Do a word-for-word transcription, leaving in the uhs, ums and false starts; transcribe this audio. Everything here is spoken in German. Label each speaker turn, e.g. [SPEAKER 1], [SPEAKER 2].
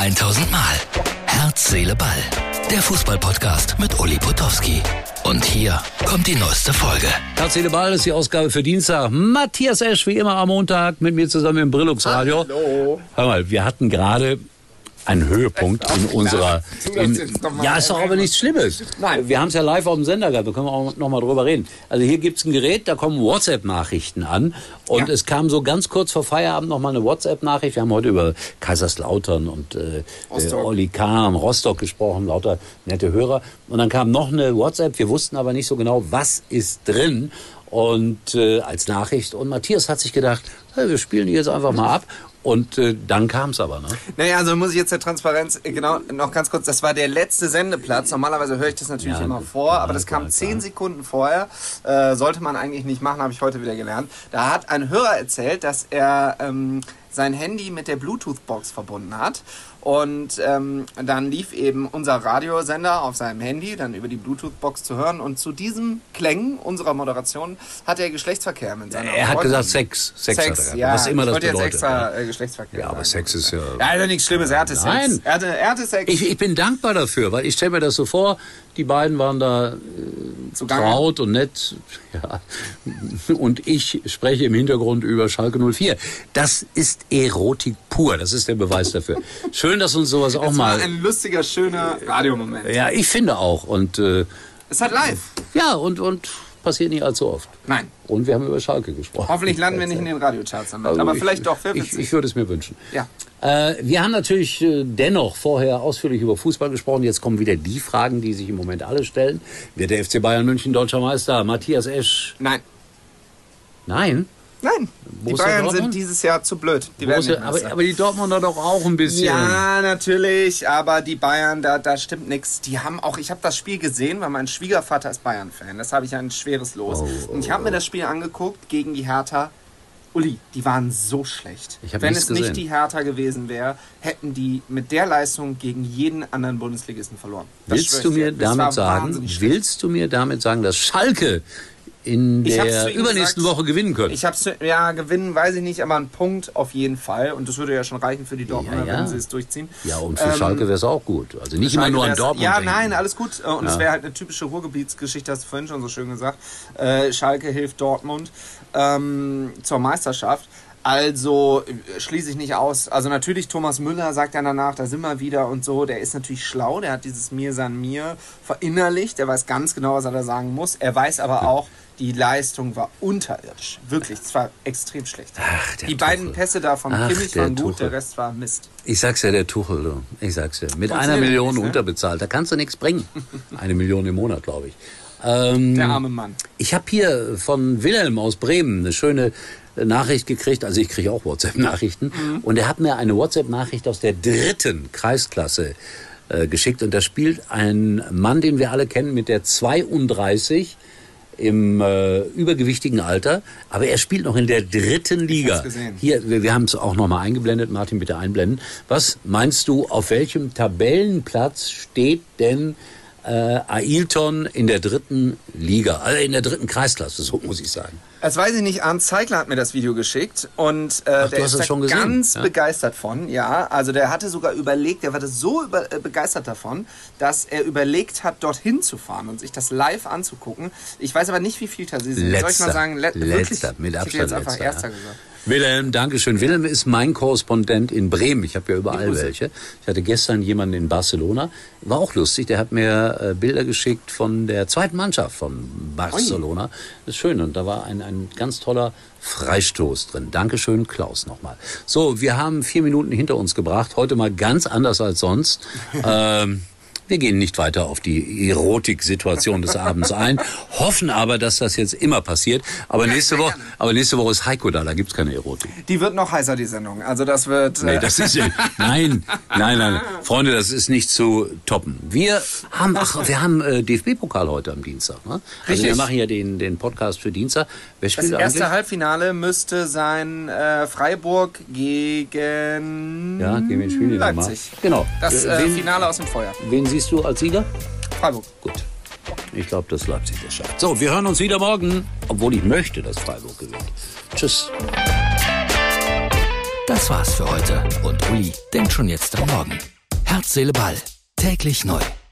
[SPEAKER 1] tausend Mal. Herz, Seele, Ball. Der Fußball-Podcast mit Uli Potowski. Und hier kommt die neueste Folge.
[SPEAKER 2] Herz, Seele, Ball ist die Ausgabe für Dienstag. Matthias Esch, wie immer am Montag, mit mir zusammen im Brillux Radio.
[SPEAKER 3] Hallo.
[SPEAKER 2] Hör mal, wir hatten gerade einen Höhepunkt in unserer... In, ja, ist doch aber nichts Schlimmes.
[SPEAKER 3] Nein.
[SPEAKER 2] Wir haben es ja live auf dem Sender gehabt, da können wir auch noch mal drüber reden. Also hier gibt's ein Gerät, da kommen WhatsApp-Nachrichten an. Und ja. Es kam so ganz kurz vor Feierabend noch mal eine WhatsApp-Nachricht. Wir haben heute über Kaiserslautern und äh, äh, Olli Kahn, Rostock gesprochen, lauter nette Hörer. Und dann kam noch eine WhatsApp, wir wussten aber nicht so genau, was ist drin. Und äh, als Nachricht. Und Matthias hat sich gedacht, hey, wir spielen die jetzt einfach mal ab. Und äh, dann kam es aber, ne?
[SPEAKER 3] Naja, also muss ich jetzt der Transparenz, äh, genau, noch ganz kurz, das war der letzte Sendeplatz. Normalerweise höre ich das natürlich ja, immer vor, ja, aber das kam zehn Sekunden vorher. Äh, sollte man eigentlich nicht machen, habe ich heute wieder gelernt. Da hat ein Hörer erzählt, dass er ähm, sein Handy mit der Bluetooth-Box verbunden hat. Und ähm, dann lief eben unser Radiosender auf seinem Handy, dann über die Bluetooth-Box zu hören. Und zu diesem Klängen unserer Moderation hat er Geschlechtsverkehr mit seiner
[SPEAKER 2] Er hat
[SPEAKER 3] Freundin.
[SPEAKER 2] gesagt Sex. Sex,
[SPEAKER 3] Sex
[SPEAKER 2] hat er
[SPEAKER 3] ja.
[SPEAKER 2] Was immer
[SPEAKER 3] ich
[SPEAKER 2] das
[SPEAKER 3] wollte
[SPEAKER 2] bedeutet.
[SPEAKER 3] jetzt extra äh, Geschlechtsverkehr
[SPEAKER 2] Ja, aber
[SPEAKER 3] sagen.
[SPEAKER 2] Sex ist ja...
[SPEAKER 3] Ja, also nichts Schlimmes, er hatte Sex.
[SPEAKER 2] Nein.
[SPEAKER 3] Er hatte, er hatte Sex.
[SPEAKER 2] Ich, ich bin dankbar dafür, weil ich stelle mir das so vor, die beiden waren da äh, traut und nett. Ja. Und ich spreche im Hintergrund über Schalke null vier. Das ist Erotik pur, das ist der Beweis dafür. Schön, dass uns sowas auch
[SPEAKER 3] das
[SPEAKER 2] mal...
[SPEAKER 3] war ein lustiger, schöner Radiomoment.
[SPEAKER 2] Ja, ich finde auch. Und, äh,
[SPEAKER 3] es hat live.
[SPEAKER 2] Ja, und, und passiert nicht allzu oft.
[SPEAKER 3] Nein.
[SPEAKER 2] Und wir haben über Schalke gesprochen.
[SPEAKER 3] Hoffentlich landen wir nicht in den Radiocharts damit.
[SPEAKER 2] Also
[SPEAKER 3] aber
[SPEAKER 2] ich,
[SPEAKER 3] vielleicht doch.
[SPEAKER 2] Ich, ich würde es mir wünschen.
[SPEAKER 3] Ja.
[SPEAKER 2] Äh, wir haben natürlich äh, dennoch vorher ausführlich über Fußball gesprochen. Jetzt kommen wieder die Fragen, die sich im Moment alle stellen. Wird der F C Bayern München deutscher Meister? Matthias Esch?
[SPEAKER 3] Nein.
[SPEAKER 2] Nein?
[SPEAKER 3] Nein, die
[SPEAKER 2] Borussia
[SPEAKER 3] Bayern
[SPEAKER 2] Dortmund?
[SPEAKER 3] sind dieses Jahr zu blöd. Die werden
[SPEAKER 2] Borussia,
[SPEAKER 3] nicht
[SPEAKER 2] aber,
[SPEAKER 3] Meister.
[SPEAKER 2] aber die Dortmunder doch auch ein bisschen.
[SPEAKER 3] Ja, natürlich, aber die Bayern, da, da stimmt nichts. Die haben auch, ich habe das Spiel gesehen, weil mein Schwiegervater ist Bayern-Fan. Das habe ich ein schweres Los.
[SPEAKER 2] Oh, oh,
[SPEAKER 3] Und ich habe mir das Spiel angeguckt gegen die Hertha. Uli, die waren so schlecht.
[SPEAKER 2] Ich hab
[SPEAKER 3] Wenn
[SPEAKER 2] nichts
[SPEAKER 3] es nicht
[SPEAKER 2] gesehen.
[SPEAKER 3] die Hertha gewesen wäre, hätten die mit der Leistung gegen jeden anderen Bundesligisten verloren. Das schwör
[SPEAKER 2] Willst
[SPEAKER 3] ich
[SPEAKER 2] du mir
[SPEAKER 3] dir. Das war
[SPEAKER 2] damit sagen,
[SPEAKER 3] wahnsinnig schlecht.
[SPEAKER 2] willst du mir damit sagen, dass Schalke in
[SPEAKER 3] Ich hab's
[SPEAKER 2] der
[SPEAKER 3] zu ihm
[SPEAKER 2] übernächsten
[SPEAKER 3] gesagt,
[SPEAKER 2] Woche gewinnen können?
[SPEAKER 3] Ich hab's, ja, gewinnen weiß ich nicht, aber ein Punkt auf jeden Fall. Und das würde ja schon reichen für die Dortmunder,
[SPEAKER 2] Ja, ja.
[SPEAKER 3] wenn sie es durchziehen.
[SPEAKER 2] Ja, und für
[SPEAKER 3] Ähm,
[SPEAKER 2] Schalke wäre es auch gut. Also nicht immer
[SPEAKER 3] Schalke
[SPEAKER 2] nur an
[SPEAKER 3] wär's-
[SPEAKER 2] Dortmund
[SPEAKER 3] Ja,
[SPEAKER 2] denken.
[SPEAKER 3] nein, alles gut. Und es
[SPEAKER 2] Ja.
[SPEAKER 3] wäre halt eine typische Ruhrgebietsgeschichte, hast du vorhin schon so schön gesagt. Äh, Schalke hilft Dortmund ähm, zur Meisterschaft. Also äh, schließe ich nicht aus. Also natürlich, Thomas Müller sagt dann danach, da sind wir wieder und so. Der ist natürlich schlau, der hat dieses Mir san mir verinnerlicht. Der weiß ganz genau, was er da sagen muss. Er weiß aber auch, die Leistung war unterirdisch. Wirklich, es war extrem schlecht.
[SPEAKER 2] Ach, der
[SPEAKER 3] die
[SPEAKER 2] Tuchel.
[SPEAKER 3] beiden Pässe da von
[SPEAKER 2] Ach,
[SPEAKER 3] Kimmich
[SPEAKER 2] der
[SPEAKER 3] waren gut,
[SPEAKER 2] Tuchel.
[SPEAKER 3] der Rest war Mist.
[SPEAKER 2] Ich sag's ja, der Tuchel, du. Ich sag's ja. Mit einer
[SPEAKER 3] Funktioniert
[SPEAKER 2] Million
[SPEAKER 3] nicht, ne?
[SPEAKER 2] unterbezahlt, da kannst du nichts bringen. Eine Million im Monat, glaube ich. Ähm,
[SPEAKER 3] Der arme Mann.
[SPEAKER 2] Ich habe hier von Wilhelm aus Bremen eine schöne Nachricht gekriegt. Also ich kriege auch WhatsApp-Nachrichten. Mhm. Und er hat mir eine WhatsApp-Nachricht aus der dritten Kreisklasse äh, geschickt. Und da spielt ein Mann, den wir alle kennen, mit der zweiunddreißig im äh, übergewichtigen Alter. Aber er spielt noch in der dritten Liga.
[SPEAKER 3] hab's gesehen.
[SPEAKER 2] Hier, wir, wir haben es auch nochmal eingeblendet. Martin, bitte einblenden. Was meinst du, auf welchem Tabellenplatz steht denn äh, Ailton in der dritten Liga? Also in der dritten Kreisklasse, so muss ich sagen.
[SPEAKER 3] Das weiß ich nicht, Arndt Zeigler hat mir das Video geschickt und äh,
[SPEAKER 2] Ach, du
[SPEAKER 3] der
[SPEAKER 2] hast
[SPEAKER 3] ist
[SPEAKER 2] das
[SPEAKER 3] da
[SPEAKER 2] schon gesehen?
[SPEAKER 3] ganz
[SPEAKER 2] Ja.
[SPEAKER 3] begeistert von. Ja, also der hatte sogar überlegt, der war das so über, äh, begeistert davon, dass er überlegt hat, dorthin zu fahren und sich das live anzugucken. Ich weiß aber nicht, wie viel da sie sind. Soll ich mal sagen, le-
[SPEAKER 2] letzter,
[SPEAKER 3] wirklich?
[SPEAKER 2] mit
[SPEAKER 3] Ich hätte
[SPEAKER 2] Abstand
[SPEAKER 3] jetzt einfach
[SPEAKER 2] letzter,
[SPEAKER 3] Erster
[SPEAKER 2] ja.
[SPEAKER 3] gesagt.
[SPEAKER 2] Wilhelm, Dankeschön. Wilhelm ist mein Korrespondent in Bremen. Ich habe ja überall
[SPEAKER 3] Grüße.
[SPEAKER 2] welche. Ich hatte gestern jemanden in Barcelona. War auch lustig. Der hat mir äh, Bilder geschickt von der zweiten Mannschaft von Barcelona. Das ist schön. Und da war ein, ein ganz toller Freistoß drin. Dankeschön, Klaus, nochmal. So, wir haben vier Minuten hinter uns gebracht. Heute mal ganz anders als sonst. ähm, Wir gehen nicht weiter auf die Erotik-Situation des Abends ein, hoffen aber, dass das jetzt immer passiert. Aber nächste Woche, aber nächste Woche ist Heiko da, da gibt's keine Erotik.
[SPEAKER 3] Die wird noch heißer, die Sendung. Also das wird... Äh
[SPEAKER 2] Nee, das ist ja, nein, nein, nein, Freunde, das ist nicht zu toppen. Wir haben, ach, wir haben äh, D F B-Pokal heute am Dienstag, ne? Also
[SPEAKER 3] Richtig.
[SPEAKER 2] wir machen ja den, den Podcast für Dienstag. Wer
[SPEAKER 3] Das
[SPEAKER 2] spielt
[SPEAKER 3] erste
[SPEAKER 2] eigentlich?
[SPEAKER 3] Halbfinale müsste sein äh, Freiburg gegen
[SPEAKER 2] Ja, gegen wen spielen die nochmal?
[SPEAKER 3] Leipzig.
[SPEAKER 2] Genau.
[SPEAKER 3] Das äh,
[SPEAKER 2] wen,
[SPEAKER 3] Finale aus dem Feuer.
[SPEAKER 2] wen siehst du als Sieger?
[SPEAKER 3] Freiburg.
[SPEAKER 2] Gut. Ich glaube, dass Leipzig das schafft. So, wir hören uns wieder morgen, obwohl ich möchte, dass Freiburg gewinnt. Tschüss.
[SPEAKER 1] Das war's für heute und Uli denkt schon jetzt am Morgen. Herz, Seele, Ball. Täglich neu.